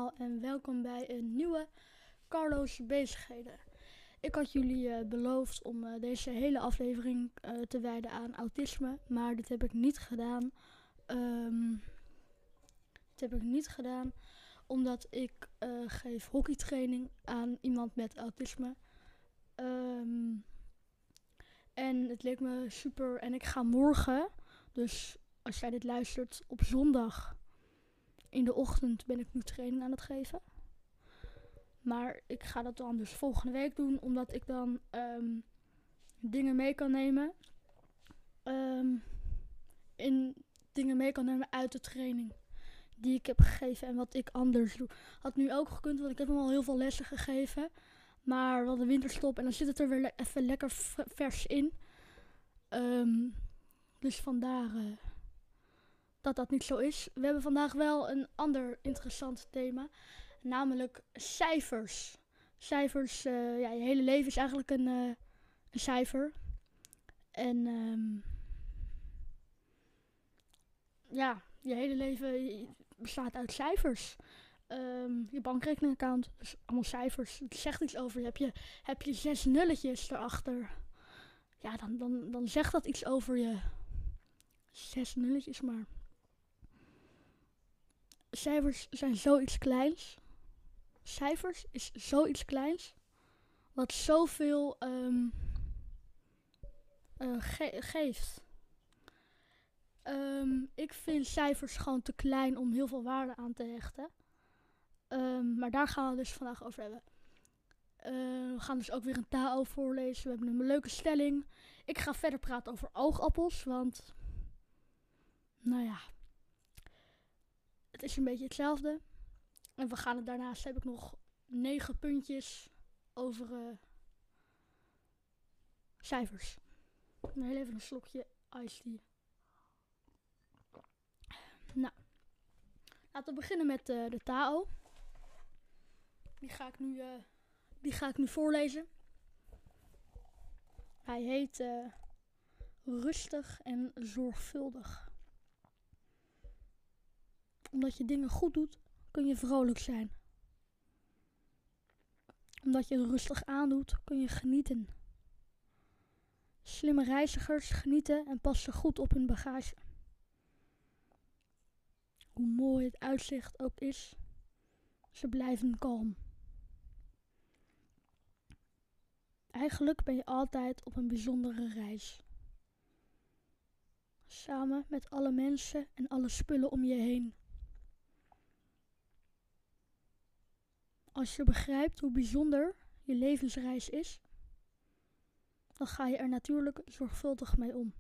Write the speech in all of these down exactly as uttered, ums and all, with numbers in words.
allemaal en welkom bij een nieuwe Carlo's Bezigheden. Ik had jullie uh, beloofd om uh, deze hele aflevering uh, te wijden aan autisme, maar dit heb ik niet gedaan. Um, dit heb ik niet gedaan omdat ik uh, geef hockeytraining aan iemand met autisme. Um, en het leek me super en ik ga morgen, dus als jij dit luistert op zondag in de ochtend ben ik nu training aan het geven. Maar ik ga dat dan dus volgende week doen, omdat ik dan um, dingen mee kan nemen. Um, in dingen mee kan nemen uit de training die ik heb gegeven en wat ik anders doe. Had nu ook gekund, want ik heb hem al heel veel lessen gegeven. Maar we hadden winterstop en dan zit het er weer le- even lekker v- vers in. Um, dus vandaar uh, dat dat niet zo is. We hebben vandaag wel een ander interessant thema. Namelijk cijfers. Cijfers, uh, ja, je hele leven is eigenlijk een, uh, een cijfer. En um, ja, je hele leven bestaat uit cijfers. Um, je bankrekeningaccount, dus allemaal cijfers. Het zegt iets over je. Heb je, heb je zes nulletjes erachter? Ja, dan, dan, dan zegt dat iets over je. Zes nulletjes maar. Cijfers zijn zoiets kleins. Cijfers is zoiets kleins. Wat zoveel um, uh, ge- geeft. Um, ik vind cijfers gewoon te klein om heel veel waarde aan te hechten. Um, maar daar gaan we het dus vandaag over hebben. Uh, we gaan dus ook weer een T A O voorlezen. We hebben een leuke stelling. Ik ga verder praten over oogappels, want nou ja, het is een beetje hetzelfde. En we gaan het daarnaast heb ik nog negen puntjes over uh, cijfers. Een heel even een slokje iced tea. Nou, laten we beginnen met uh, de T A O. Die ga ik nu, uh, die ga ik nu voorlezen. Hij heet uh, rustig en zorgvuldig. Omdat je dingen goed doet, kun je vrolijk zijn. Omdat je het rustig aandoet, kun je genieten. Slimme reizigers genieten en passen goed op hun bagage. Hoe mooi het uitzicht ook is, ze blijven kalm. Eigenlijk ben je altijd op een bijzondere reis. Samen met alle mensen en alle spullen om je heen. Als je begrijpt hoe bijzonder je levensreis is, dan ga je er natuurlijk zorgvuldig mee om.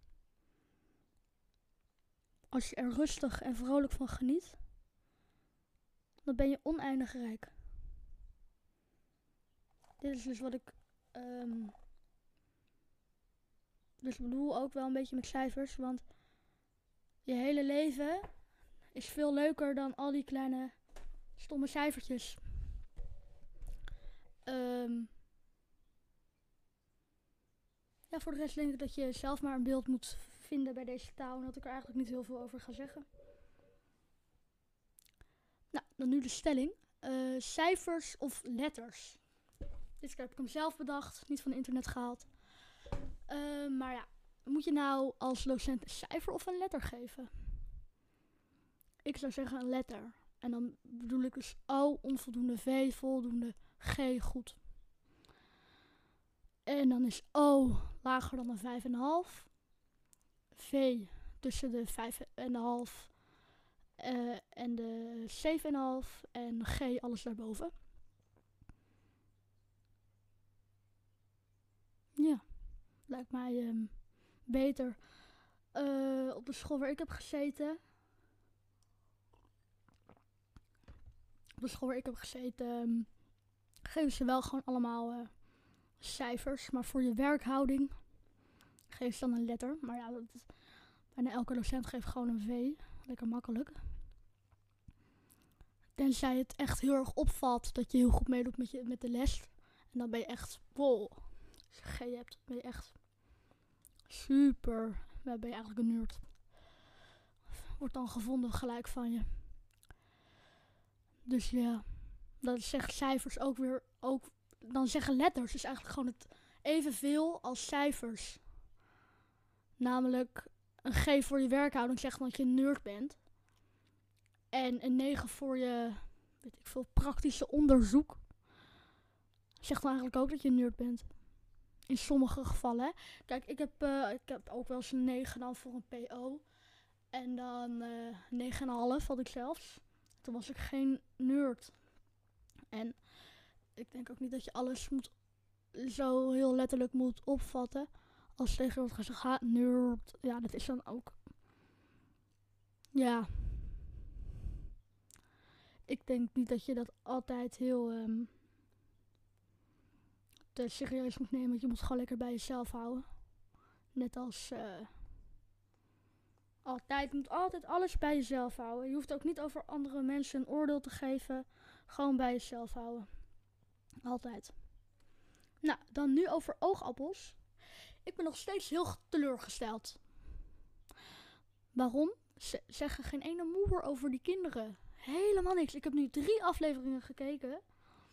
Als je er rustig en vrolijk van geniet, dan ben je oneindig rijk. Dit is dus wat ik um, dus bedoel ook wel een beetje met cijfers, want je hele leven is veel leuker dan al die kleine stomme cijfertjes. Um, ja, voor de rest denk ik dat je zelf maar een beeld moet vinden bij deze taal en dat ik er eigenlijk niet heel veel over ga zeggen. Nou, dan nu de stelling. Uh, cijfers of letters? Dit keer heb ik hem zelf bedacht, niet van het internet gehaald. Uh, maar ja, moet je nou als docent een cijfer of een letter geven? Ik zou zeggen een letter. En dan bedoel ik dus O, onvoldoende, V, voldoende, G, goed. En dan is O lager dan een vijf komma vijf. V tussen de vijf komma vijf uh, en de zeven komma vijf. En G alles daarboven. Ja, lijkt mij um, beter. Uh, op de school waar ik heb gezeten... Op de school waar ik heb gezeten... Um, geven ze wel gewoon allemaal uh, cijfers. Maar voor je werkhouding geven ze dan een letter. Maar ja, dat is, bijna elke docent geeft gewoon een V. Lekker makkelijk. Tenzij het echt heel erg opvalt dat je heel goed meedoet met, je, met de les. En dan ben je echt... Wow. Als je G hebt, ben je echt super... Dan ben je eigenlijk een nerd. Wordt dan gevonden gelijk van je. Dus ja, dat zeggen cijfers ook weer, ook, dan zeggen letters dus eigenlijk gewoon het evenveel als cijfers. Namelijk een G voor je werkhouding zegt dat je een nerd bent. En een negen voor je, weet ik veel, praktische onderzoek. Zegt dan eigenlijk ook dat je een nerd bent. In sommige gevallen. Hè. Kijk, ik heb, uh, ik heb ook wel eens een negen dan voor een P O. En dan uh, negen komma vijf had ik zelfs. Toen was ik geen nerd. En ik denk ook niet dat je alles moet, zo heel letterlijk moet opvatten. Als tegen wordt gezegd, ha, nerd. Ja, dat is dan ook. Ja. Ik denk niet dat je dat altijd heel um, te serieus moet nemen. Want je moet gewoon lekker bij jezelf houden. Net als uh, altijd. Je moet altijd alles bij jezelf houden. Je hoeft ook niet over andere mensen een oordeel te geven. Gewoon bij jezelf houden. Altijd. Nou, dan nu over oogappels. Ik ben nog steeds heel teleurgesteld. Waarom? Ze zeggen geen ene moer over die kinderen. Helemaal niks. Ik heb nu drie afleveringen gekeken.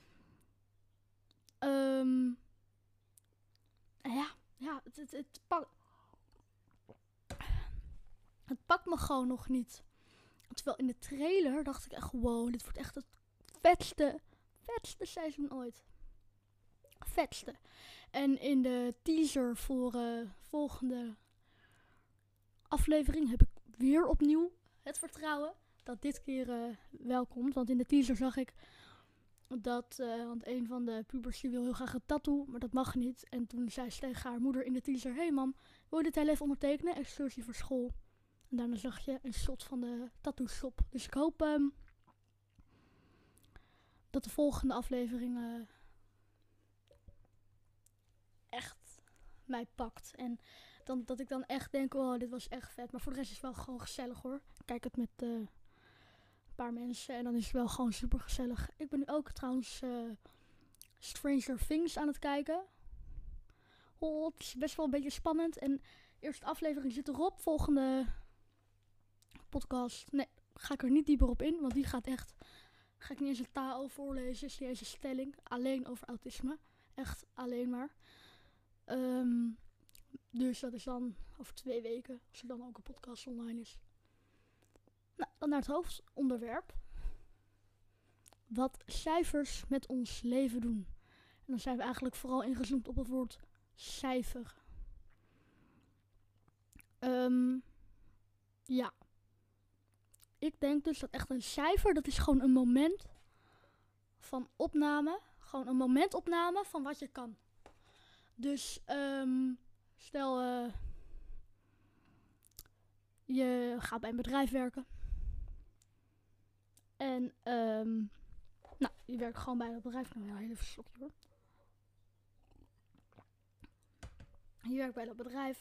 Um, ja, ja, het, het, het, pak, het pakt me gewoon nog niet. Terwijl in de trailer dacht ik echt, wow, dit wordt echt het vetste, vetste seizoen ooit. Vetste. En in de teaser voor uh, volgende aflevering heb ik weer opnieuw het vertrouwen dat dit keer uh, wel komt. Want in de teaser zag ik dat uh, want een van de pubers die wil heel graag een tattoo, maar dat mag niet. En toen zei ze tegen haar moeder in de teaser, hé hey mam, wil je dit heel even ondertekenen? Excursie voor school. En daarna zag je een shot van de tattoo shop. Dus ik hoop um, dat de volgende aflevering uh, echt mij pakt. En dan, dat ik dan echt denk, oh, dit was echt vet. Maar voor de rest is het wel gewoon gezellig hoor. Ik kijk het met uh, een paar mensen en dan is het wel gewoon super gezellig. Ik ben nu ook trouwens uh, Stranger Things aan het kijken. Oh, het is best wel een beetje spannend. En de eerste aflevering zit erop. Volgende podcast, nee, ga ik er niet dieper op in. Want die gaat echt, ga ik niet eens een taal voorlezen. Is niet eens een stelling. Alleen over autisme. Echt alleen maar. Um, dus dat is dan over twee weken. Als er dan ook een podcast online is. Nou, dan naar het hoofdonderwerp. Wat cijfers met ons leven doen. En dan zijn we eigenlijk vooral ingezoomd op het woord cijfer. Um, ja. Ik denk dus dat echt een cijfer, dat is gewoon een moment van opname. Gewoon een momentopname van wat je kan. Dus um, stel uh, je gaat bij een bedrijf werken. En um, nou, je werkt gewoon bij dat bedrijf. Nou ja, heel even slokje hoor. Je werkt bij dat bedrijf.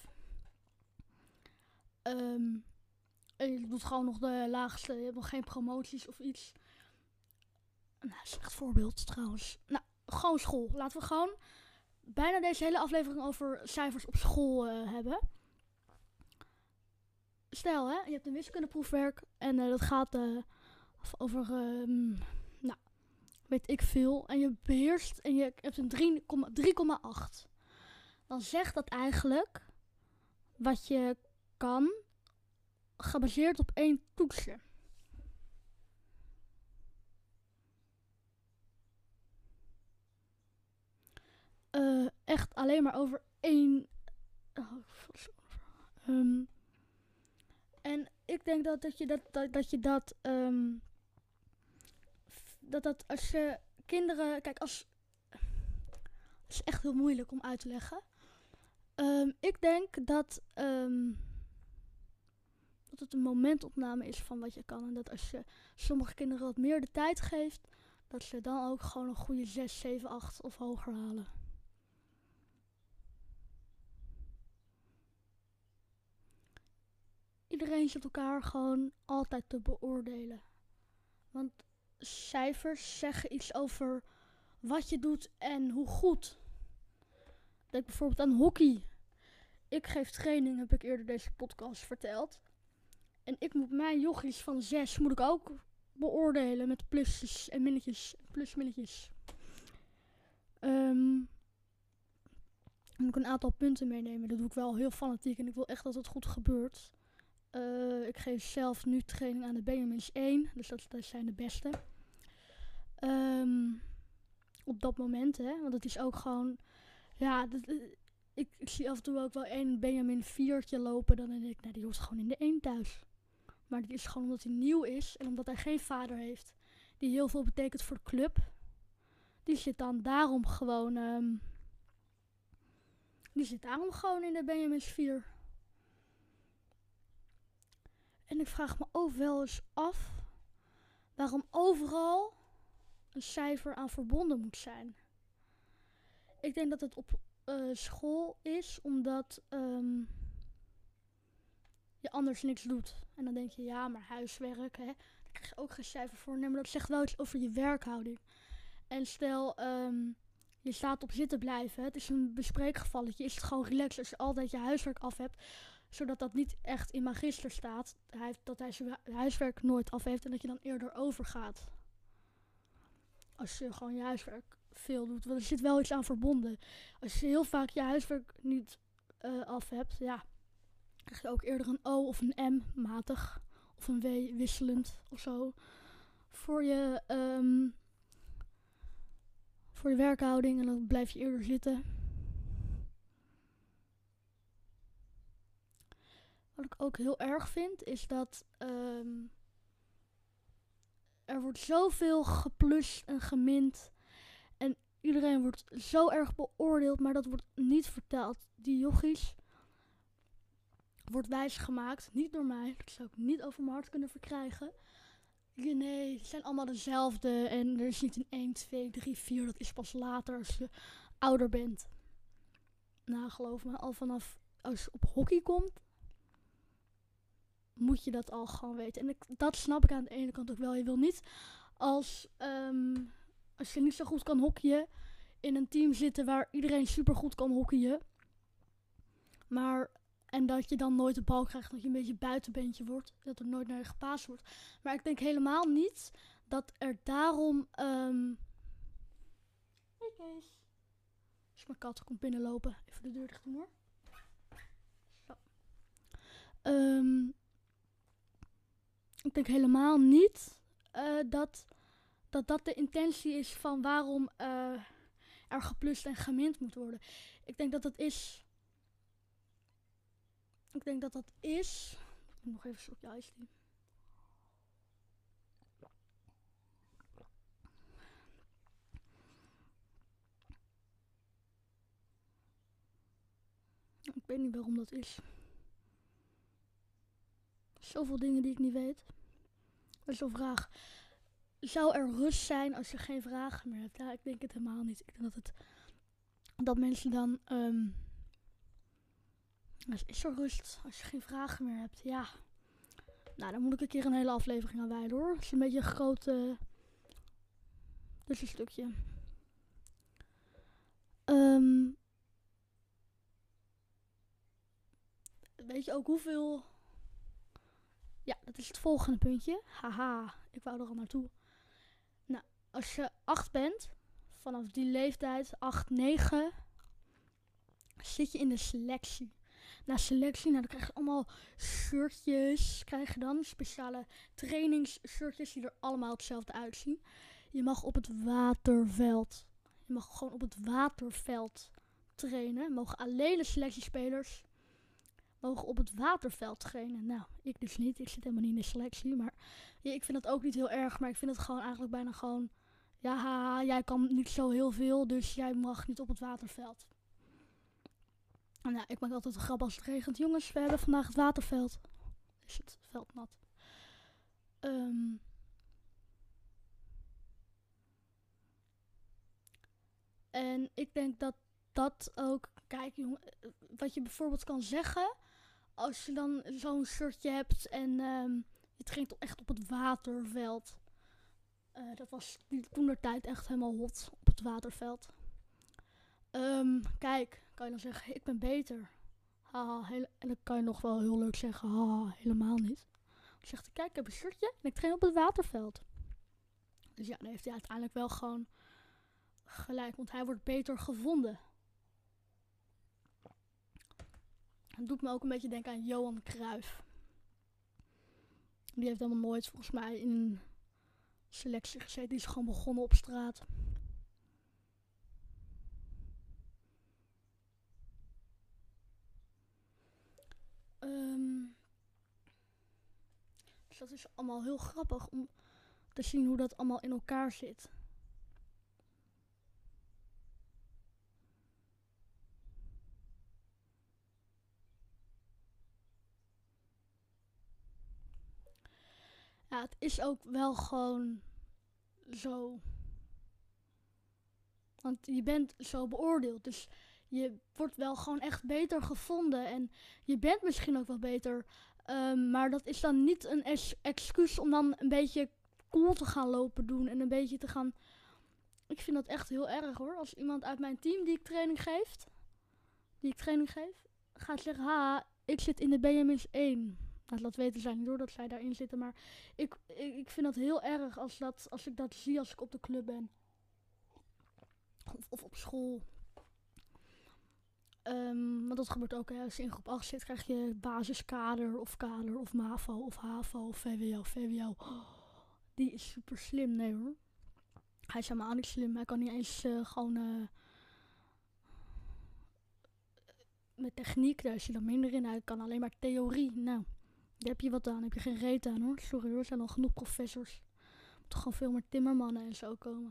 Um, en je doet gewoon nog de laagste. Je hebt nog geen promoties of iets. Nou, slecht voorbeeld trouwens. Nou, gewoon school. Laten we gewoon bijna deze hele aflevering over cijfers op school uh, hebben. Stel, hè, je hebt een wiskundeproefwerk. En uh, dat gaat uh, over, um, nou, weet ik veel. En je beheerst en je hebt een drie komma acht. Dan zegt dat eigenlijk wat je kan, gebaseerd op één toetsje. Uh, echt alleen maar over één. Oh, um, en ik denk dat, dat je dat, dat, dat je dat, um, dat dat als je kinderen, kijk als, het is echt heel moeilijk om uit te leggen. Um, ik denk dat, um, dat het een momentopname is van wat je kan. En dat als je sommige kinderen wat meer de tijd geeft, dat ze dan ook gewoon een goede zes, zeven, acht of hoger halen. Iedereen zit elkaar gewoon altijd te beoordelen. Want cijfers zeggen iets over wat je doet en hoe goed. Denk bijvoorbeeld aan hockey. Ik geef training, heb ik eerder deze podcast verteld. En ik moet mijn jochies van zes moet ik ook beoordelen met plusjes en minnetjes. Plusminnetjes. Um, dan moet ik een aantal punten meenemen. Dat doe ik wel heel fanatiek en ik wil echt dat het goed gebeurt. Uh, ik geef zelf nu training aan de Benjamins één. Dus dat, dat zijn de beste. Um, op dat moment, hè. Want het is ook gewoon... Ja, dat, uh, ik, ik zie af en toe ook wel één Benjamin viertje lopen. Dan denk ik, nou die hoort gewoon in de één thuis. Maar dit is gewoon omdat hij nieuw is. En omdat hij geen vader heeft. Die heel veel betekent voor de club. Die zit dan daarom gewoon... Um, die zit daarom gewoon in de Benjamins vier. En ik vraag me ook wel eens af... waarom overal een cijfer aan verbonden moet zijn. Ik denk dat het op uh, school is, omdat um, je anders niks doet. En dan denk je, ja, maar huiswerk, hè, daar krijg je ook geen cijfer voor. Nee, maar dat zegt wel iets over je werkhouding. En stel, um, je staat op zitten blijven, het is een bespreekgevalletje, is het gewoon relaxed als je altijd je huiswerk af hebt, zodat dat niet echt in magister staat, hij, dat hij zijn huiswerk nooit af heeft en dat je dan eerder overgaat. Als je gewoon je huiswerk veel doet, want er zit wel iets aan verbonden. Als je heel vaak je huiswerk niet uh, af hebt, ja, krijg je ook eerder een O of een M, matig, of een W, wisselend of zo, voor je, um, voor je werkhouding en dan blijf je eerder zitten. Wat ik ook heel erg vind, is dat um, er wordt zoveel geplust en gemint. En iedereen wordt zo erg beoordeeld, maar dat wordt niet verteld. Die jochies wordt wijsgemaakt, niet door mij. Dat zou ik niet over mijn hart kunnen verkrijgen. Ja, nee, ze zijn allemaal dezelfde. En er is niet een één, twee, drie, vier. Dat is pas later als je ouder bent. Nou, geloof me, al vanaf als je op hockey komt, moet je dat al gewoon weten. En ik, dat snap ik aan de ene kant ook wel. Je wil niet als, um, als je niet zo goed kan hockeyen, in een team zitten waar iedereen super goed kan hockeyen. Maar, en dat je dan nooit de bal krijgt, dat je een beetje buitenbeentje wordt. Dat er nooit naar je gepaast wordt. Maar ik denk helemaal niet dat er daarom... Um hey Kees. Dus mijn kat komt binnenlopen. Even de deur dicht doen hoor. Zo. Um, ik denk helemaal niet uh, dat, dat dat de intentie is van waarom uh, er geplust en gemint moet worden. Ik denk dat dat is... Ik denk dat dat is... Ik moet nog even een slokje ijs doen. Ik weet niet waarom dat is. Zoveel dingen die ik niet weet. Dat is een vraag. Zou er rust zijn als je geen vragen meer hebt? Ja, ik denk het helemaal niet. Ik denk dat het... Dat mensen dan... Um, is er rust als je geen vragen meer hebt? Ja. Nou, dan moet ik een keer een hele aflevering aan wijden hoor. Het is een beetje een groot... Uh, dus een stukje. Um, weet je ook hoeveel... Ja, dat is het volgende puntje. Haha, ik wou er al naartoe. Nou, als je acht bent, vanaf die leeftijd, acht, negen, zit je in de selectie. Na selectie, nou dan krijg je allemaal shirtjes, krijg je dan speciale trainingsshirtjes die er allemaal hetzelfde uitzien. Je mag op het waterveld, je mag gewoon op het waterveld trainen. Mogen alleen de selectiespelers mogen op het waterveld trainen. Nou, ik dus niet. Ik zit helemaal niet in de selectie. Maar ja, ik vind dat ook niet heel erg. Maar ik vind het gewoon eigenlijk bijna gewoon... Ja, haha, jij kan niet zo heel veel. Dus jij mag niet op het waterveld. En nou, ik maak altijd een grap als het regent. Jongens, we hebben vandaag het waterveld. Is het veld nat. Um, en ik denk dat dat ook... Kijk, jongen, wat je bijvoorbeeld kan zeggen... Als je dan zo'n shirtje hebt en um, je traint echt op het waterveld. Uh, dat was toentertijd echt helemaal hot op het waterveld. Um, kijk, kan je dan zeggen, ik ben beter. Haha, hele, en dan kan je nog wel heel leuk zeggen, haha, helemaal niet. Ik zeg, kijk, ik heb een shirtje en ik train op het waterveld. Dus ja, dan heeft hij uiteindelijk wel gewoon gelijk, want hij wordt beter gevonden. Het doet me ook een beetje denken aan Johan Cruijff. Die heeft helemaal nooit volgens mij in een selectie gezeten. Die is gewoon begonnen op straat. Um, dus dat is allemaal heel grappig om te zien hoe dat allemaal in elkaar zit. Ja, het is ook wel gewoon zo. Want je bent zo beoordeeld. Dus je wordt wel gewoon echt beter gevonden. En je bent misschien ook wel beter. Um, maar dat is dan niet een es- excuus om dan een beetje cool te gaan lopen doen. En een beetje te gaan... Ik vind dat echt heel erg hoor. Als iemand uit mijn team die ik training geeft... Die ik training geef... Gaat zeggen, ha, ik zit in de B M S één. Nou, dat weten zij niet door dat zij daarin zitten. Maar ik, ik, ik vind dat heel erg als, dat, als ik dat zie als ik op de club ben. Of, of op school. Um, want dat gebeurt ook. Hè. Als je in groep acht zit, krijg je basiskader of kader of MAVO of HAVO of V W O. V W O. Oh, die is super slim. Nee hoor. Hij is helemaal niet slim. Hij kan niet eens uh, gewoon... Uh, met techniek, daar is hij dan minder in. Hij kan alleen maar theorie. Nou, daar heb je wat aan. Daar heb je geen reet aan hoor. Sorry hoor, er zijn al genoeg professors. Er moeten gewoon veel meer timmermannen en zo komen.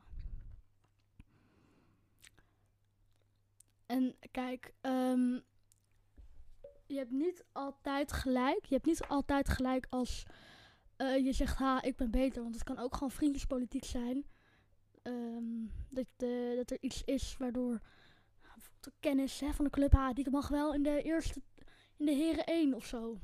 En kijk, um, je hebt niet altijd gelijk. Je hebt niet altijd gelijk als uh, je zegt, ha, ik ben beter. Want het kan ook gewoon vriendjespolitiek zijn. Um, dat, uh, dat er iets is waardoor bijvoorbeeld de kennis hè, van de club, ha, die mag wel in de eerste, in de heren één of zo.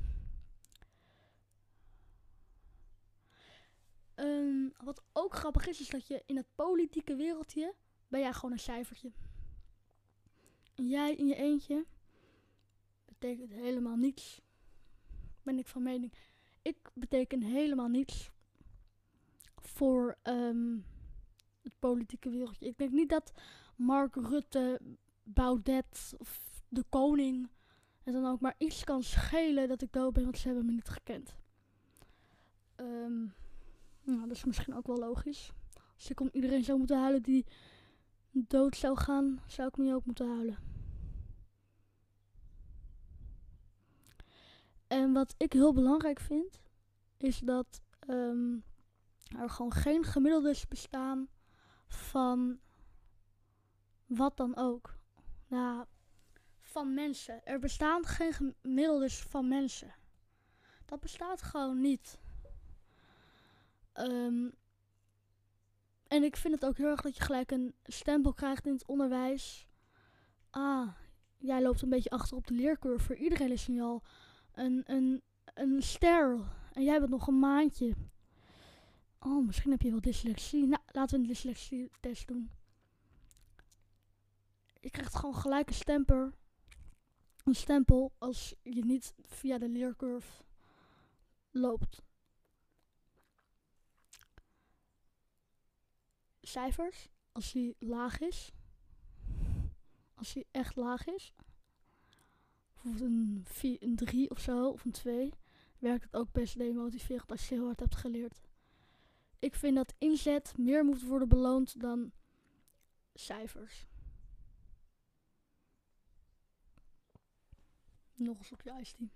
Um, wat ook grappig is, is dat je in het politieke wereldje, ben jij gewoon een cijfertje. En jij in je eentje betekent helemaal niets. Ben ik van mening. Ik beteken helemaal niets voor um, het politieke wereldje. Ik denk niet dat Mark Rutte, Baudet of de koning en dan ook maar iets kan schelen dat ik dood ben, want ze hebben me niet gekend. Um, nou, dat is misschien ook wel logisch. Als ik om iedereen zou moeten huilen die dood zou gaan, zou ik nu ook moeten huilen. En wat ik heel belangrijk vind, is dat um, er gewoon geen gemiddeldes bestaan van wat dan ook. Nou, van mensen. Er bestaan geen gemiddeldes van mensen. Dat bestaat gewoon niet. Um, en ik vind het ook heel erg dat je gelijk een stempel krijgt in het onderwijs. Ah, jij loopt een beetje achter op de leercurve. Voor iedereen is nu al een, een, een ster. En jij bent nog een maandje. Oh, misschien heb je wel dyslexie. Nou, laten we een dyslexietest doen. Je krijgt gewoon gelijk een stempel. Een stempel als je niet via de leercurve loopt. Cijfers, als die laag is. Als die echt laag is. Bijvoorbeeld een, vier, een drie of zo, of een twee. Werkt het ook best demotiverend als je heel hard hebt geleerd. Ik vind dat inzet meer moet worden beloond dan cijfers. Nog een slokje iced tea.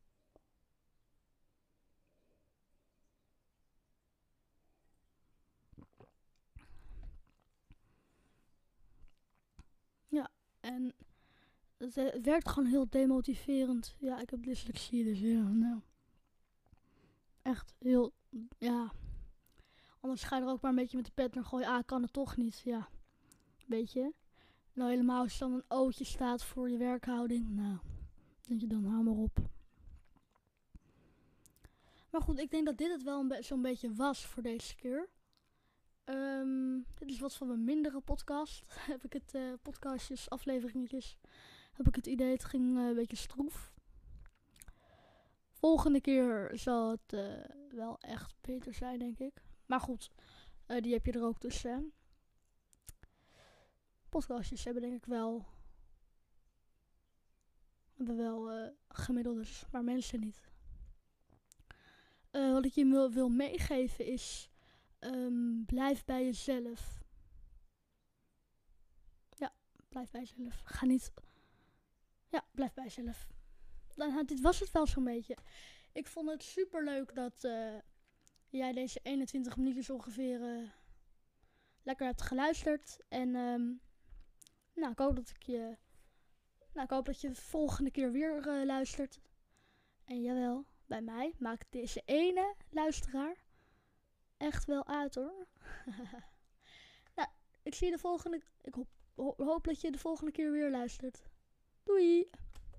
Ja, en het, het werkt gewoon heel demotiverend. Ja, ik heb dyslexie, dus ja, nou. Echt heel, ja. Anders ga je er ook maar een beetje met de pet naar gooien. Ah, ik kan het toch niet, ja. Weet je? Nou, helemaal als er dan een ootje staat voor je werkhouding. Nou, denk je dan, hou maar op. Maar goed, ik denk dat dit het wel een be- zo'n beetje was voor deze keer. Um, dit is wat van mijn mindere podcast. Heb ik het uh, podcastjes, afleveringetjes. Heb ik het idee, het ging uh, een beetje stroef. Volgende keer zal het uh, wel echt beter zijn, denk ik. Maar goed, uh, die heb je er ook tussen. Podcastjes hebben denk ik wel... hebben wel uh, gemiddeldes, maar mensen niet. Uh, wat ik je wil, wil meegeven is... Um, blijf bij jezelf. Ja, blijf bij jezelf. Ga niet... Ja, blijf bij jezelf. Nou, dit was het wel zo'n beetje. Ik vond het super leuk dat uh, jij deze eenentwintig minuutjes ongeveer uh, lekker hebt geluisterd. En um, nou, ik hoop dat ik je... Nou, ik hoop dat je de volgende keer weer uh, luistert. En jawel, bij mij maakt deze ene luisteraar echt wel uit, hoor. Nou, ik zie je de volgende... Ik hoop, ho- hoop dat je de volgende keer weer luistert. Doei!